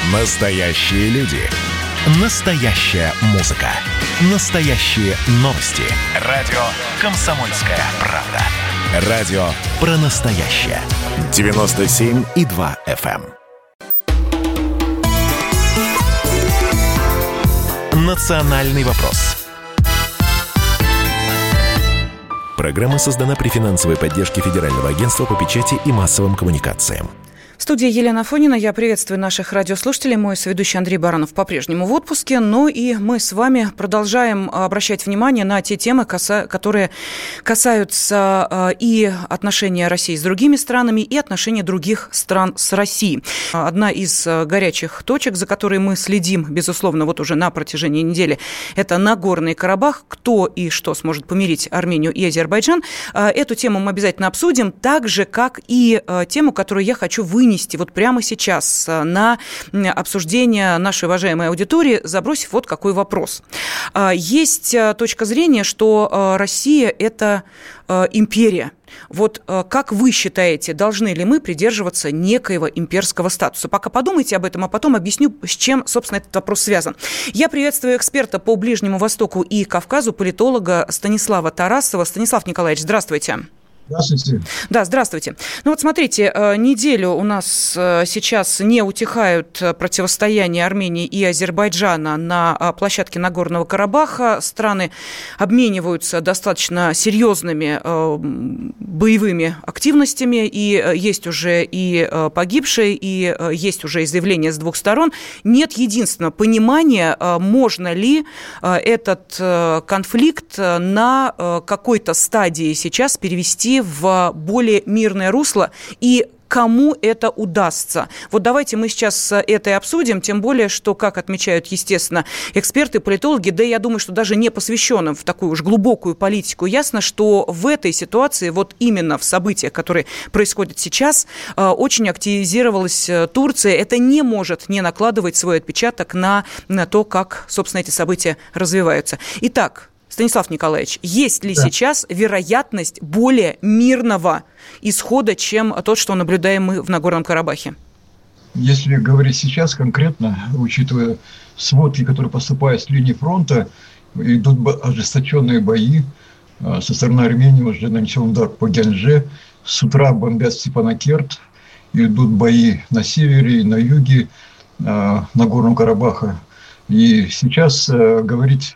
Настоящие люди. Настоящая музыка. Настоящие новости. Радио «Комсомольская правда». Радио про настоящее. 97,2 FM. Национальный вопрос. Программа создана при финансовой поддержке Федерального агентства по печати и массовым коммуникациям. В студии Елена Афонина. Я приветствую наших радиослушателей. Мой соведущий Андрей Баранов по-прежнему в отпуске. Ну и мы с вами продолжаем обращать внимание на те темы, которые касаются и отношения России с другими странами, и отношения других стран с Россией. Одна из горячих точек, за которой мы следим, безусловно, вот уже на протяжении недели, это Нагорный Карабах. Кто и что сможет помирить Армению и Азербайджан. Эту тему мы обязательно обсудим, так же, как и тему, которую я хочу вынести вот прямо сейчас на обсуждение нашей уважаемой аудитории, забросив вот какой вопрос. Есть точка зрения, что Россия – это империя. Вот как вы считаете, должны ли мы придерживаться некоего имперского статуса? Пока подумайте об этом, а потом объясню, с чем, собственно, этот вопрос связан. Я приветствую эксперта по Ближнему Востоку и Кавказу, политолога Станислава Тарасова. Станислав Николаевич, здравствуйте. Здравствуйте. Да, здравствуйте. Ну вот смотрите, неделю у нас сейчас не утихают противостояния Армении и Азербайджана на площадке Нагорного Карабаха. Страны обмениваются достаточно серьезными боевыми активностями, и есть уже и погибшие, и есть уже и заявления с двух сторон. Нет единственного понимания, можно ли этот конфликт на какой-то стадии сейчас перевести в более мирное русло, и кому это удастся. Вот давайте мы сейчас это и обсудим, тем более, что, как отмечают, естественно, эксперты, политологи, да я думаю, что даже не посвященным в такую уж глубокую политику, ясно, что в этой ситуации, вот именно в событиях, которые происходят сейчас, очень активизировалась Турция. Это не может не накладывать свой отпечаток на то, как, собственно, эти события развиваются. Итак, Станислав Николаевич, есть ли сейчас вероятность более мирного исхода, чем тот, что наблюдаем мы в Нагорном Карабахе? Если говорить сейчас конкретно, учитывая сводки, которые поступают с линии фронта, идут ожесточенные бои. Со стороны Армении уже нанесен удар по Гянже. С утра бомбят Степанакерт. Идут бои на севере и на юге Нагорного Карабаха. И сейчас говорить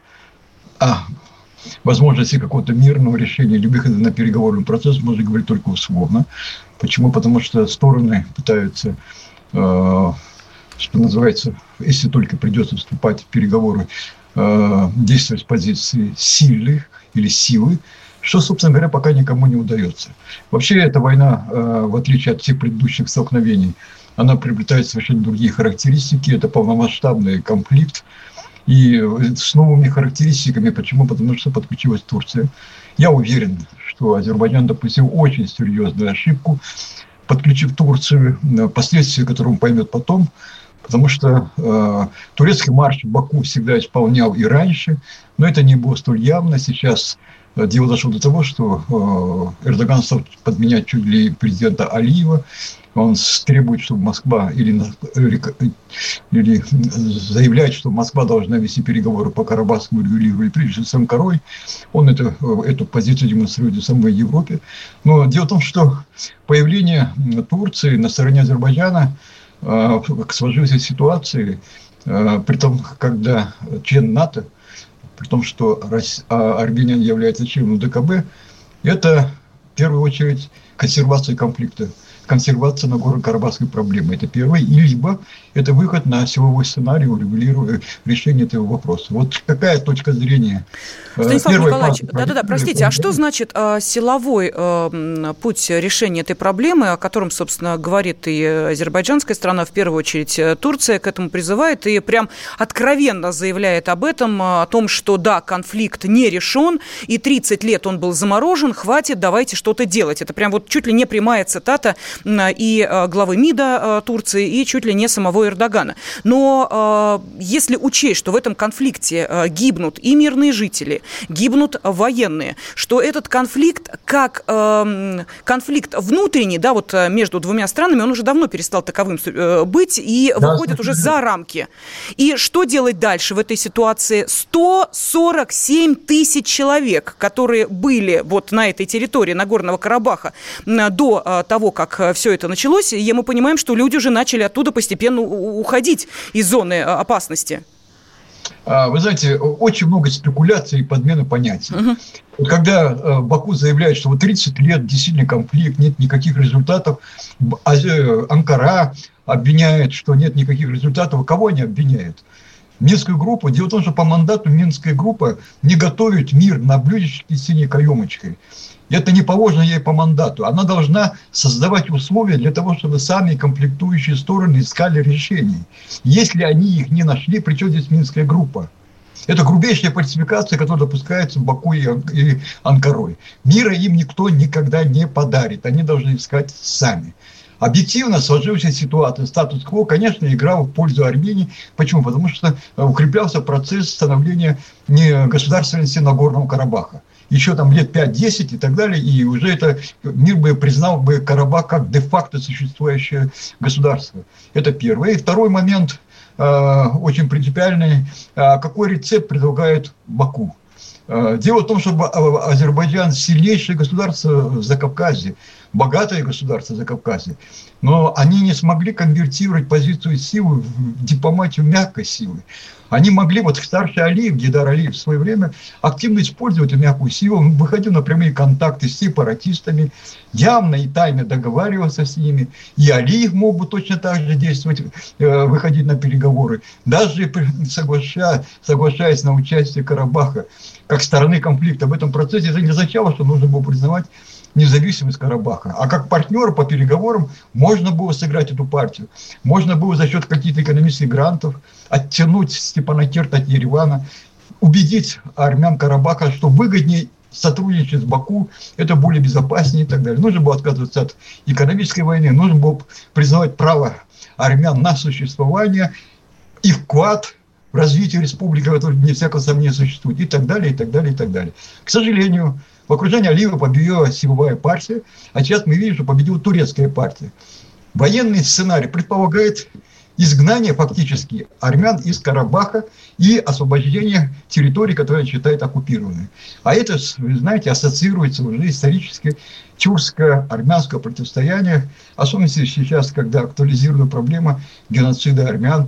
о возможности какого-то мирного решения или выхода на переговорный процесс можно говорить только условно. Почему? Потому что стороны пытаются, что называется, если только придется вступать в переговоры, действовать с позиции сильных или силы, что, собственно говоря, пока никому не удается. Вообще эта война, в отличие от всех предыдущих столкновений, она приобретает совершенно другие характеристики. Это полномасштабный конфликт. И с новыми характеристиками. Почему? Потому что подключилась Турция. Я уверен, что Азербайджан допустил очень серьезную ошибку, подключив Турцию, последствия которых он поймет потом. Потому что турецкий марш в Баку всегда исполнял и раньше, но это не было столь явно. Сейчас дело дошло до того, что Эрдоган стал подменять чуть ли президента Алиева. Он требует, чтобы Москва или заявляет, что Москва должна вести переговоры по Карабахскому регулированию, прежде всего с Анкарой. Он эту позицию демонстрирует в самой Европе. Но дело в том, что появление Турции на стороне Азербайджана к сложившейся ситуации, при том, когда член НАТО, при том, что Армения является членом ДКБ, это в первую очередь консервация конфликта. Консервация Нагорно-Карабахской проблемы. Это первое. И либо это выход на силовой сценарий решения этого вопроса. Вот какая точка зрения? Станислав Николаевич, простите, а что значит силовой путь решения этой проблемы, о котором, собственно, говорит и азербайджанская страна, в первую очередь Турция к этому призывает и прям откровенно заявляет об этом, о том, что да, конфликт не решен, и 30 лет он был заморожен, хватит, давайте что-то делать. Это прям вот чуть ли не прямая цитата и главы МИДа Турции, и чуть ли не самого Эрдогана. Но если учесть, что в этом конфликте гибнут и мирные жители, гибнут военные, что этот конфликт как конфликт внутренний, да, вот между двумя странами, он уже давно перестал таковым быть и выходит уже за рамки. И что делать дальше в этой ситуации? 147 тысяч человек, которые были вот на этой территории Нагорного Карабаха до того, как все это началось, и мы понимаем, что люди уже начали оттуда постепенно уходить из зоны опасности. Вы знаете, очень много спекуляций и подмены понятий. Когда Баку заявляет, что вот 30 лет действительно конфликт, нет никаких результатов, Анкара обвиняет, что нет никаких результатов, кого они обвиняют? Минскую группу. Дело в том, что по мандату Минская группа не готовит мир на блюдечке с синей каемочкой. Это не положено ей по мандату. Она должна создавать условия для того, чтобы сами конфликтующие стороны искали решений. Если они их не нашли, при чем здесь Минская группа? Это грубейшая фальсификация, которая допускается в Баку и Анкарой. Мира им никто никогда не подарит. Они должны искать сами. Объективно сложившаяся ситуация, статус-кво, конечно, играл в пользу Армении. Почему? Потому что укреплялся процесс становления государственности Нагорного Карабаха. Еще там лет 5-10 и так далее, и уже это мир бы признал бы Карабах как де-факто существующее государство. Это первое. И второй момент, очень принципиальный, какой рецепт предлагает Баку. Дело в том, что Азербайджан сильнейшее государство в Закавказье, богатое государство в Закавказье, но они не смогли конвертировать позицию силы в дипломатию мягкой силы. Они могли, вот старший Алиев, Гейдар Алиев в свое время активно использовать мягкую силу, он выходил на прямые контакты с сепаратистами, явно и тайно договаривался с ними, и Алиев мог бы точно так же действовать, выходить на переговоры, даже соглашаясь на участие Карабаха как стороны конфликта в этом процессе. Это не означало, что нужно было признавать независимость Карабаха. А как партнеры по переговорам можно было сыграть эту партию. Можно было за счет каких-то экономических грантов оттянуть Степанакерт от Еревана, убедить армян Карабаха, что выгоднее сотрудничать с Баку, это более безопаснее и так далее. Нужно было отказываться от экономической войны, нужно было признавать право армян на существование и вклад в развитие республики, которое, вне всякого сомнения, существует, и так далее, и так далее, и так далее. К сожалению, в окружении Алиева победила силовая партия, а сейчас мы видим, что победила турецкая партия. Военный сценарий предполагает изгнание фактически армян из Карабаха и освобождение территорий, которые считают оккупированными. А это, вы знаете, ассоциируется уже исторически тюркско-армянское противостояние, особенно сейчас, когда актуализирована проблема геноцида армян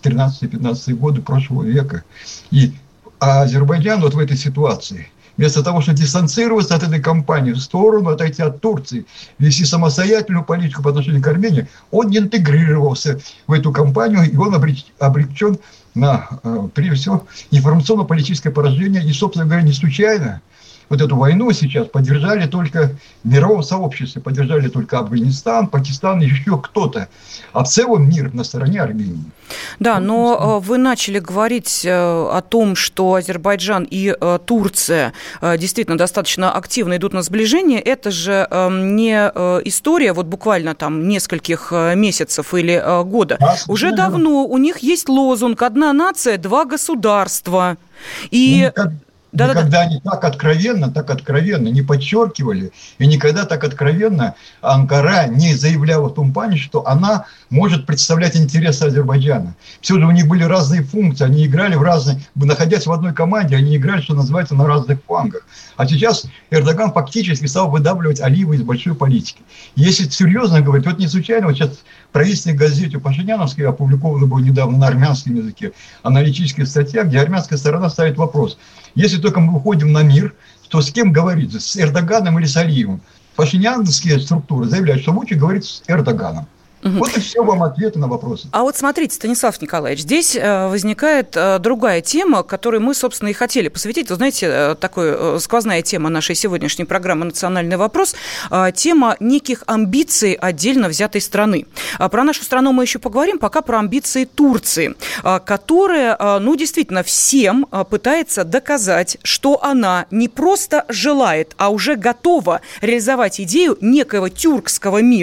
13-15 годы прошлого века. И Азербайджан вот в этой ситуации, вместо того, чтобы дистанцироваться от этой кампании, в сторону отойти от Турции, вести самостоятельную политику по отношению к Армении, он не интегрировался в эту кампанию, и он обречен на, прежде всего, информационно-политическое поражение. И, собственно говоря, не случайно вот эту войну сейчас поддержали только в мировом сообществе, поддержали только Афганистан, Пакистан, еще кто-то. А в целом мир на стороне Армении. Да, но вы начали говорить о том, что Азербайджан и Турция действительно достаточно активно идут на сближение. Это же не история вот буквально там нескольких месяцев или года. Да, уже давно у них есть лозунг «Одна нация, два государства». И... Никогда они так откровенно не подчеркивали, и никогда так откровенно Анкара не заявляла в том плане, что она может представлять интересы Азербайджана. Все же у них были разные функции, они играли в разные, находясь в одной команде, они играли, что называется, на разных флангах. А сейчас Эрдоган фактически стал выдавливать Алиева из большой политики. Если серьезно говорить, вот не случайно, вот сейчас в правительственной газете Пашиняновской опубликовано было недавно на армянском языке аналитическая статья, где армянская сторона ставит вопрос: если только мы выходим на мир, то с кем говорить? С Эрдоганом или с Алиевым? Пашиняновские структуры заявляют, что лучше говорить с Эрдоганом. Вот и все вам ответы на вопросы. А вот смотрите, Станислав Николаевич, здесь возникает другая тема, которой мы, собственно, и хотели посвятить. Вы знаете, такая сквозная тема нашей сегодняшней программы «Национальный вопрос», тема неких амбиций отдельно взятой страны. Про нашу страну мы еще поговорим, пока про амбиции Турции, которая, ну, действительно, всем пытается доказать, что она не просто желает, а уже готова реализовать идею некоего тюркского мира,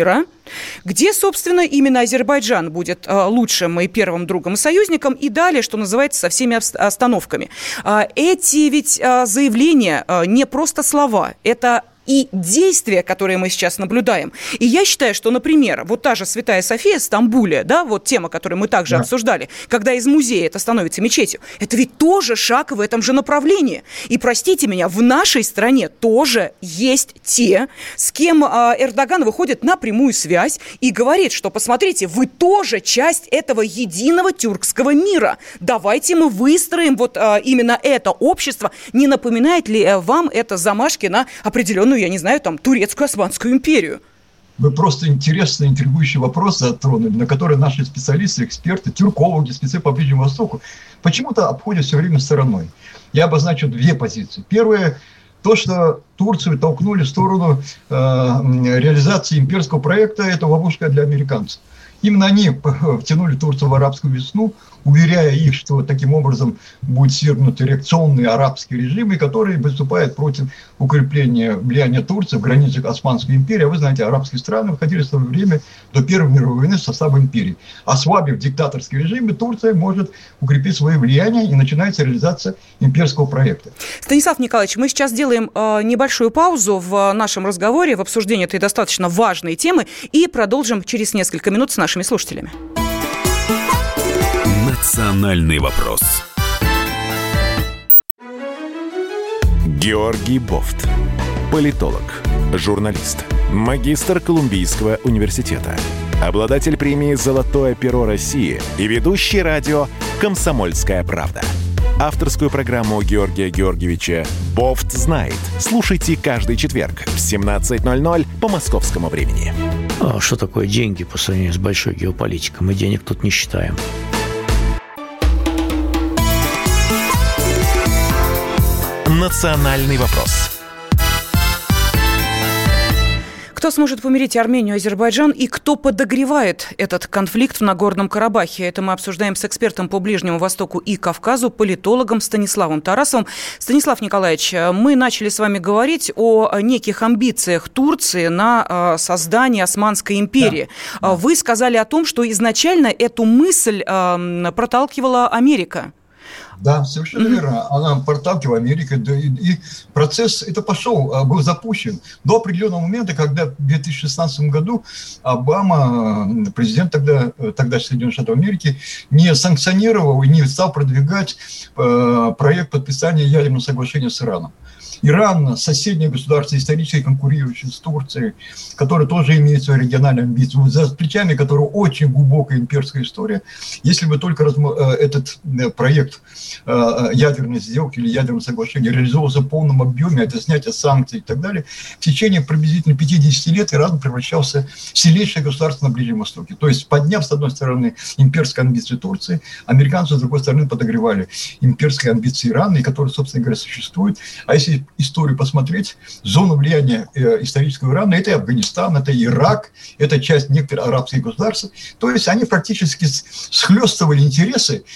где, собственно, именно Азербайджан будет лучшим и первым другом и союзником, и далее, что называется, со всеми остановками. Эти ведь заявления не просто слова, это и действия, которые мы сейчас наблюдаем. И я считаю, что, например, вот та же Святая София в Стамбуле, да, вот тема, которую мы также обсуждали, когда из музея это становится мечетью, это ведь тоже шаг в этом же направлении. И, простите меня, в нашей стране тоже есть те, с кем Эрдоган выходит на прямую связь и говорит, что, посмотрите, вы тоже часть этого единого тюркского мира. Давайте мы выстроим вот именно это общество. Не напоминает ли вам это замашки на определенную, я не знаю, там, турецкую Османскую империю? Вы просто интересный, интригующий вопрос затронули, на который наши специалисты, эксперты, тюркологи, специалисты по Ближнему Востоку почему-то обходят все время стороной. Я обозначу две позиции. Первое, то, что Турцию толкнули в сторону реализации имперского проекта, это ловушка для американцев. Именно они втянули Турцию в арабскую весну, уверяя их, что таким образом будет свергнут реакционный арабский режим, и который выступает против укрепления влияния Турции в границах Османской империи. А вы знаете, арабские страны входили в свое время до Первой мировой войны в состав империи. Ослабив диктаторский режим, Турция может укрепить свое влияние, и начинается реализация имперского проекта. Станислав Николаевич, мы сейчас делаем небольшую паузу в нашем разговоре, в обсуждении этой достаточно важной темы, и продолжим через несколько минут с нашими слушателями. Национальный вопрос. Георгий Бофт. Политолог, журналист, магистр Колумбийского университета, обладатель премии «Золотое перо России» и ведущий радио «Комсомольская правда». Авторскую программу Георгия Георгиевича «Бофт знает». Слушайте каждый четверг в 17:00 по московскому времени. Что такое деньги по сравнению с большой геополитикой? Мы денег тут не считаем. Национальный вопрос. Кто сможет помирить Армению и Азербайджан, и кто подогревает этот конфликт в Нагорном Карабахе? Это мы обсуждаем с экспертом по Ближнему Востоку и Кавказу, политологом Станиславом Тарасовым. Станислав Николаевич, мы начали с вами говорить о неких амбициях Турции на создание Османской империи. Да. Вы сказали о том, что изначально эту мысль проталкивала Америка. Да, совершенно верно. Она проталкивала Америку, и процесс это был запущен до определенного момента, когда в 2016 году Обама, президент тогда Соединенных Штатов Америки, не санкционировал и не стал продвигать проект подписания ядерного соглашения с Ираном. Иран – соседнее государство, исторически конкурирующее с Турцией, которое тоже имеет свои региональные амбиции, за плечами которого очень глубокая имперская история. Если бы только этот проект ядерной сделки или ядерного соглашения реализовывался в полном объеме, это снятие санкций и так далее, в течение приблизительно 50 лет Иран превращался в сильнейшее государство на Ближнем Востоке. То есть, подняв, с одной стороны, имперские амбиции Турции, американцы, с другой стороны, подогревали имперские амбиции Ирана, и которые, собственно говоря, существуют. А если историю посмотреть, зону влияния исторического Ирана – это и Афганистан, это Ирак, это часть некоторых арабских государств. То есть они практически схлестывали интересы,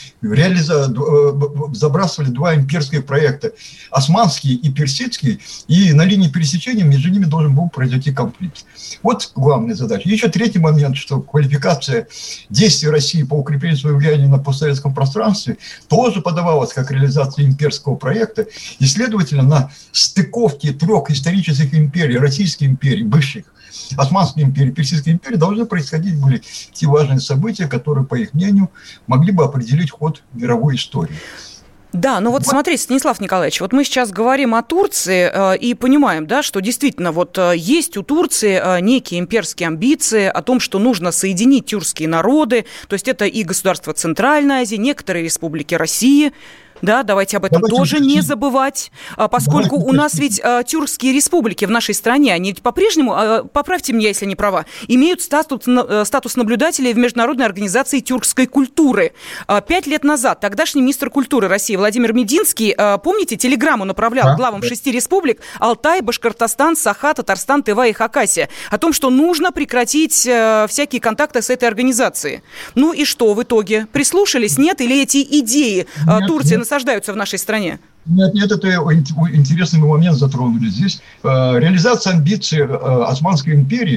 забрасывали два имперских проекта – османский и персидский, и на линии пересечения между ними должен был произойти конфликт. Вот главная задача. Еще третий момент, что квалификация действий России по укреплению своего влияния на постсоветском пространстве тоже подавалась как реализация имперского проекта, и, следовательно, на стыковке трех исторических империй, Российской империи, бывших, Османской империи, Персидской империи, должны происходить были те важные события, которые, по их мнению, могли бы определить ход мировой истории. Да, ну вот смотрите, Станислав Николаевич, вот мы сейчас говорим о Турции и понимаем, да, что действительно вот есть у Турции некие имперские амбиции о том, что нужно соединить тюркские народы, то есть это и государства Центральной Азии, некоторые республики России. Да, давайте об этом тоже не забывать, поскольку у нас ведь тюркские республики в нашей стране, они по-прежнему, поправьте меня, если не права, имеют статус наблюдателей в Международной организации тюркской культуры. 5 лет назад тогдашний министр культуры России Владимир Мединский, помните, телеграмму направлял главам 6 республик Алтай, Башкортостан, Саха, Татарстан, Тыва и Хакасия о том, что нужно прекратить всякие контакты с этой организацией. Ну и что в итоге? Прислушались, нет? Или эти идеи Турции насаждаются в нашей стране? Нет, это интересный момент затронули здесь. Реализация амбиций Османской империи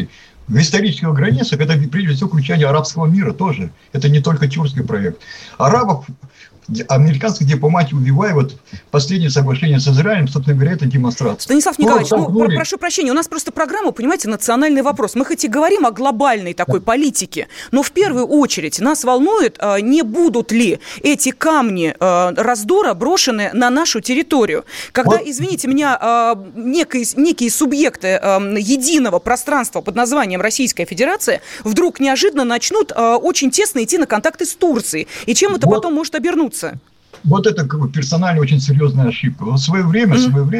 в исторических границах это прежде всего включение арабского мира тоже. Это не только тюркский проект. Арабов, американских дипломатий убивают. Последнее соглашение с Израилем, собственно говоря, это демонстрация. Станислав Николаевич, прошу прощения, у нас просто программа, понимаете, национальный вопрос. Мы хоть и говорим о глобальной такой политике, но в первую очередь нас волнует, не будут ли эти камни раздора брошены на нашу территорию. Когда, извините меня, некие субъекты единого пространства под названием Российская Федерация вдруг неожиданно начнут очень тесно идти на контакты с Турцией. И чем это потом может обернуться? Вот это персонально очень серьезная ошибка. В свое время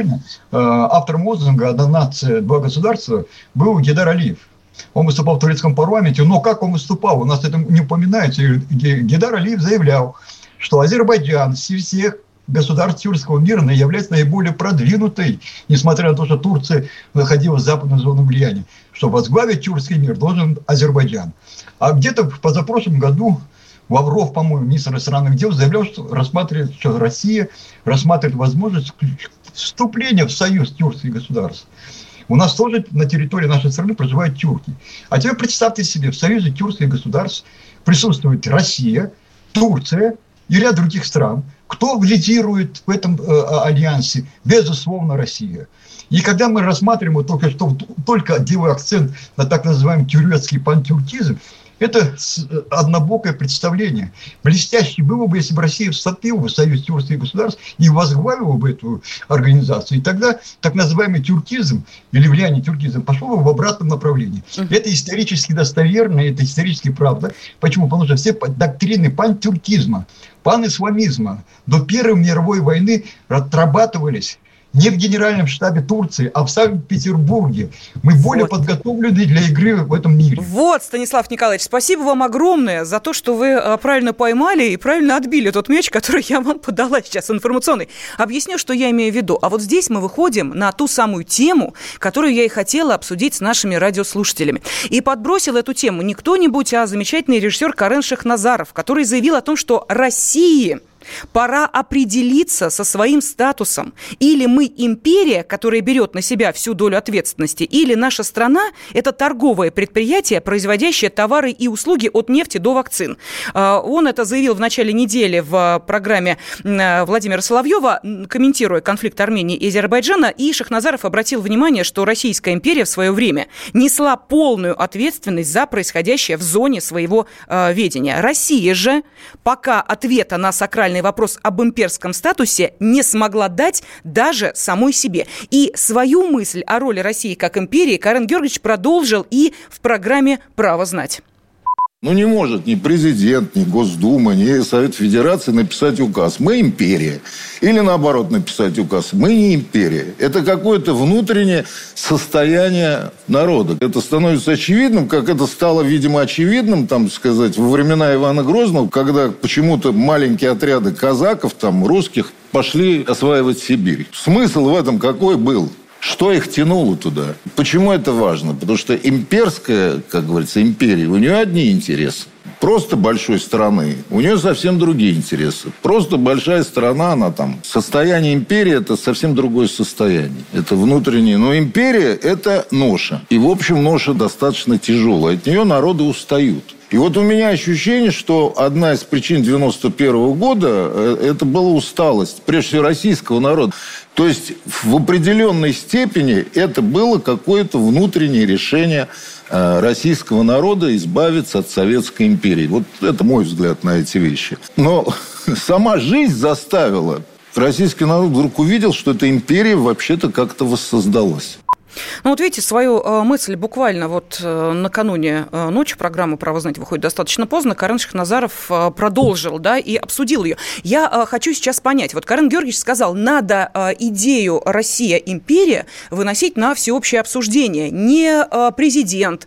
автором лозунга «Одна нация, два государства» был Гейдар Алиев. Он выступал в турецком парламенте, но как он выступал, у нас это не упоминается. Гейдар Алиев заявлял, что Азербайджан из всех государств тюркского мира является наиболее продвинутой, несмотря на то, что Турция находилась в западной зоне влияния. Что возглавить тюркский мир должен Азербайджан. А где-то в позапрошлом году Лавров, по-моему, министр иностранных дел, заявлял, что Россия рассматривает возможность вступления в союз тюркских государств. У нас тоже на территории нашей страны проживают тюрки. А теперь представьте себе, в союзе тюркских государств присутствует Россия, Турция и ряд других стран. Кто лидирует в этом альянсе? Безусловно, Россия. И когда мы рассматриваем только делая акцент на так называемый турецкий пантюркизм, это однобокое представление. Блестяще было бы, если бы Россия вступила в союз тюркских государств и возглавила бы эту организацию. И тогда так называемый тюркизм или влияние тюркизма пошло бы в обратном направлении. Это исторически достоверно, это исторически правда. Почему? Потому что все доктрины пантюркизма, панисламизма до Первой мировой войны отрабатывались не в Генеральном штабе Турции, а в Санкт-Петербурге. Мы более подготовлены для игры в этом мире. Вот, Станислав Николаевич, спасибо вам огромное за то, что вы правильно поймали и правильно отбили тот мяч, который я вам подала сейчас, информационный. Объясню, что я имею в виду. А вот здесь мы выходим на ту самую тему, которую я и хотела обсудить с нашими радиослушателями. И подбросил эту тему не кто-нибудь, а замечательный режиссер Карен Шахназаров, который заявил о том, что России пора определиться со своим статусом. Или мы империя, которая берет на себя всю долю ответственности, или наша страна – это торговое предприятие, производящее товары и услуги от нефти до вакцин. Он это заявил в начале недели в программе Владимира Соловьева, комментируя конфликт Армении и Азербайджана. И Шахназаров обратил внимание, что Российская империя в свое время несла полную ответственность за происходящее в зоне своего ведения. Россия же пока ответа на сакральный вопрос об имперском статусе не смогла дать даже самой себе. И свою мысль о роли России как империи Карен Георгиевич продолжил и в программе «Право знать». Ну, не может ни президент, ни Госдума, ни Совет Федерации написать указ. Мы империя. Или наоборот написать указ. Мы не империя. Это какое-то внутреннее состояние народа. Это становится очевидным, как это стало, видимо, очевидным, там, сказать, во времена Ивана Грозного, когда почему-то маленькие отряды казаков, там, русских, пошли осваивать Сибирь. Смысл в этом какой был? Что их тянуло туда? Почему это важно? Потому что имперская, как говорится, империя, у нее одни интересы. Просто большой страны, у нее совсем другие интересы. Просто большая страна, она там... Состояние империи – это совсем другое состояние. Это внутреннее. Но империя – это ноша. И, в общем, ноша достаточно тяжелая. От нее народы устают. И вот у меня ощущение, что одна из причин 91 года – это была усталость, прежде всего, российского народа. То есть, в определенной степени это было какое-то внутреннее решение российского народа избавиться от Советской империи. Вот это мой взгляд на эти вещи. Но сама жизнь заставила. Российский народ вдруг увидел, что эта империя вообще-то как-то воссоздалась. Ну, вот видите, свою мысль буквально вот накануне ночи программа «Право знать» выходит достаточно поздно. Карен Шахназаров продолжил, да, и обсудил ее. Я хочу сейчас понять. Вот Карен Георгиевич сказал, надо идею «Россия-империя» выносить на всеобщее обсуждение. Не президент,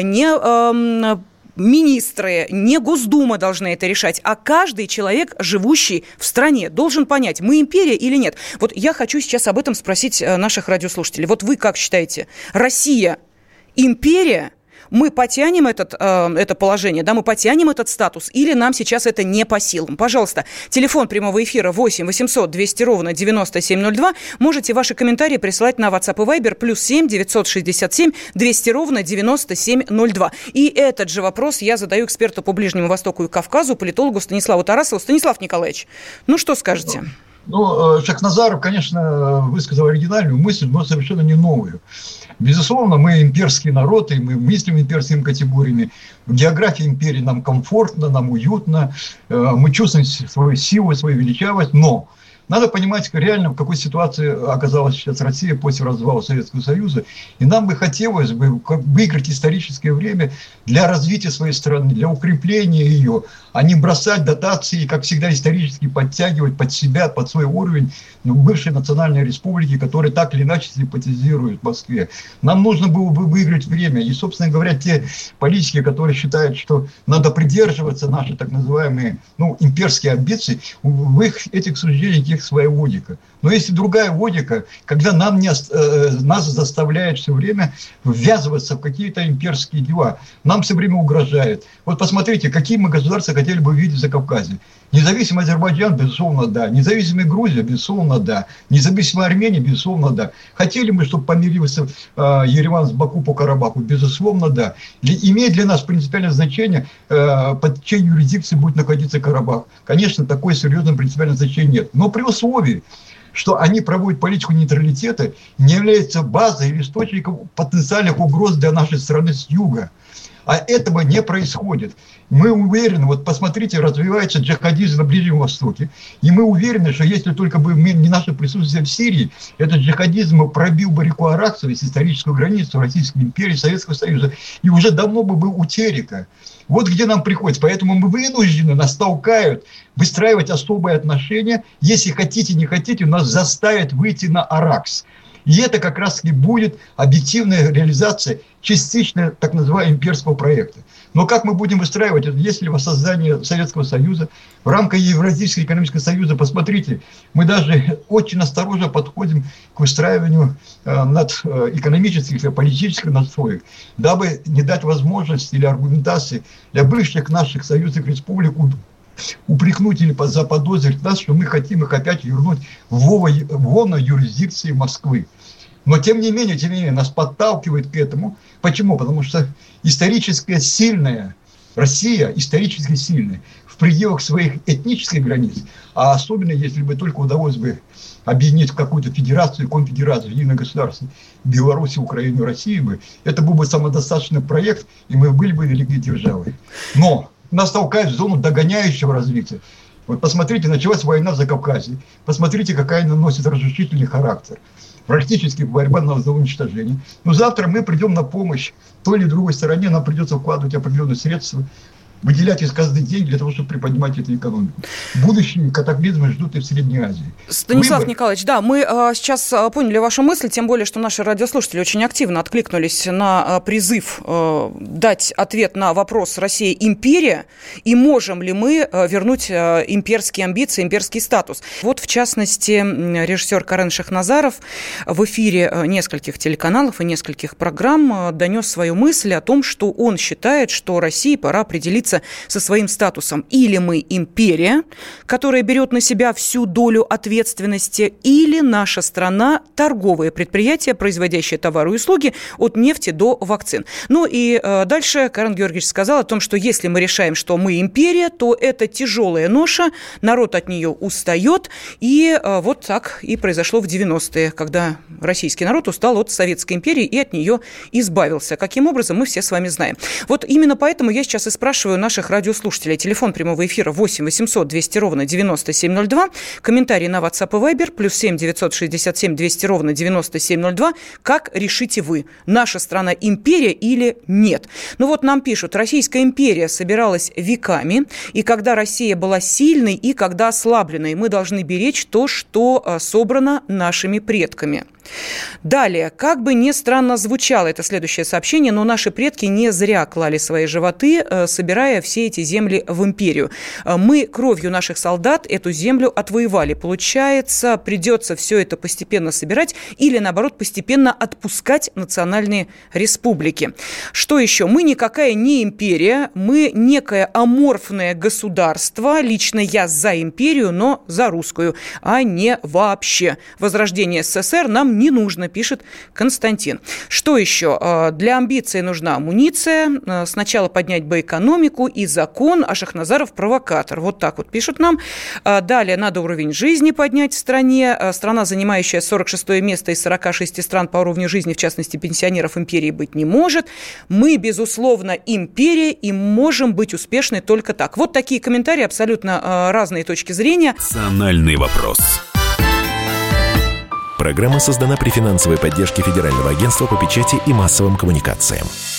не министры, не Госдума должны это решать, а каждый человек, живущий в стране, должен понять, мы империя или нет. Вот я хочу сейчас об этом спросить наших радиослушателей. Вот вы как считаете, Россия империя? мы потянем это положение, да, мы потянем этот статус, или нам сейчас это не по силам? Пожалуйста, телефон прямого эфира 8 800 200 ровно 9702. Можете ваши комментарии присылать на WhatsApp и Viber +7 967 200 ровно 9702. И этот же вопрос я задаю эксперту по Ближнему Востоку и Кавказу, политологу Станиславу Тарасову. Станислав Николаевич, ну что скажете? Шахназаров, конечно, высказал оригинальную мысль, но совершенно не новую. Безусловно, мы имперский народ, и мы мыслим имперскими категориями. В географии империи нам комфортно, нам уютно, мы чувствуем свою силу, свою величавость, но надо понимать реально, в какой ситуации оказалась сейчас Россия после развала Советского Союза. И нам бы хотелось бы выиграть историческое время для развития своей страны, для укрепления ее, а не бросать дотации, как всегда исторически подтягивать под себя, под свой уровень бывшие национальные республики, которые так или иначе симпатизируют Москве. Нам нужно было бы выиграть время. И, собственно говоря, те политики, которые считают, что надо придерживаться нашей так называемые имперские амбиции, в их этих суждениях их своя логика. Но есть и другая логика, когда нас заставляет все время ввязываться в какие-то имперские дела. Нам все время угрожает. Вот посмотрите, какие мы государства хотели бы видеть в Закавказье. Независимый Азербайджан, безусловно, да. Независимая Грузия, безусловно, да. Независимая Армения, безусловно, да. Хотели мы, чтобы помирился Ереван с Баку по Карабаху? Безусловно, да. Имеет для нас принципиальное значение, под чьей юрисдикцией будет находиться Карабах? Конечно, такое серьезное принципиальное значение нет. Но при условии, что они проводят политику нейтралитета, не является базой или источником потенциальных угроз для нашей страны с юга. А этого не происходит. Мы уверены, вот посмотрите, развивается джихадизм на Ближнем Востоке, и мы уверены, что если только бы не наше присутствие в Сирии, этот джихадизм пробил бы реку Аракс, историческую границу Российской империи, Советского Союза, и уже давно бы был у терека. Вот где нам приходится. Поэтому мы вынуждены, нас толкают выстраивать особые отношения. Если хотите, не хотите, нас заставят выйти на Аракс. И это как раз и будет объективная реализация частично так называемого имперского проекта. Но как мы будем выстраивать это, если воссоздание Советского Союза в рамках Евразийского экономического союза? Посмотрите, мы даже очень осторожно подходим к выстраиванию экономических и политических настроек, дабы не дать возможности или аргументации для бывших наших союзных республик упрекнуть или заподозрить нас, что мы хотим их опять вернуть в лоно юрисдикции Москвы. Но тем не менее, нас подталкивает к этому. Почему? Потому что исторически сильная Россия, исторически сильная, в пределах своих этнических границ, а особенно, если бы только удалось бы объединить в какую-то федерацию, конфедерацию, единое государство, Беларусь, Украину, Россию, это был бы самодостаточный проект, и мы были бы великой державой. Но нас толкают в зону догоняющего развития. Вот посмотрите, началась война в Закавказье. Посмотрите, какая она носит разрушительный характер. Практически борьба за уничтожение. Но завтра мы придем на помощь той или другой стороне, нам придется вкладывать определенные средства, выделять из казны деньги для того, чтобы приподнимать эту экономику. Будущие катаклизмы ждут и в Средней Азии. Станислав Николаевич, да, мы сейчас поняли вашу мысль, тем более, что наши радиослушатели очень активно откликнулись на призыв дать ответ на вопрос «Россия империя?» и можем ли мы вернуть имперские амбиции, имперский статус. Вот, в частности, режиссер Карен Шахназаров в эфире нескольких телеканалов и нескольких программ донес свою мысль о том, что он считает, что России пора определиться со своим статусом. Или мы империя, которая берет на себя всю долю ответственности, или наша страна торговое предприятие, производящее товары и услуги от нефти до вакцин. Ну и дальше Карен Георгиевич сказал о том, что если мы решаем, что мы империя, то это тяжелая ноша, народ от нее устает, и вот так и произошло в 90-е, когда российский народ устал от Советской империи и от нее избавился. Каким образом, мы все с вами знаем. Вот именно поэтому я сейчас и спрашиваю наших радиослушателей. Телефон прямого эфира 8 800 200 ровно 9702. Комментарии на WhatsApp и Viber +7 967 200 ровно 9702. Как решите вы? Наша страна империя или нет? Ну вот нам пишут, Российская империя собиралась веками, и когда Россия была сильной, и когда ослабленной. Мы должны беречь то, что собрано нашими предками. Далее, как бы ни странно звучало это следующее сообщение, но наши предки не зря клали свои животы, собирая все эти земли в империю. Мы кровью наших солдат эту землю отвоевали. Получается, придется все это постепенно собирать или, наоборот, постепенно отпускать национальные республики. Что еще? Мы никакая не империя, мы некое аморфное государство. Лично я за империю, но за русскую, а не вообще. Возрождение СССР нам не нужно, пишет Константин. Что еще? Для амбиций нужна амуниция. Сначала поднять бы экономику и закон, а Шахназаров провокатор. Вот так вот пишут нам. Далее надо уровень жизни поднять в стране. Страна, занимающая 46-е место из 46 стран по уровню жизни, в частности, пенсионеров, империи быть не может. Мы, безусловно, империя и можем быть успешны только так. Вот такие комментарии, абсолютно разные точки зрения. Национальный вопрос. Программа создана при финансовой поддержке Федерального агентства по печати и массовым коммуникациям.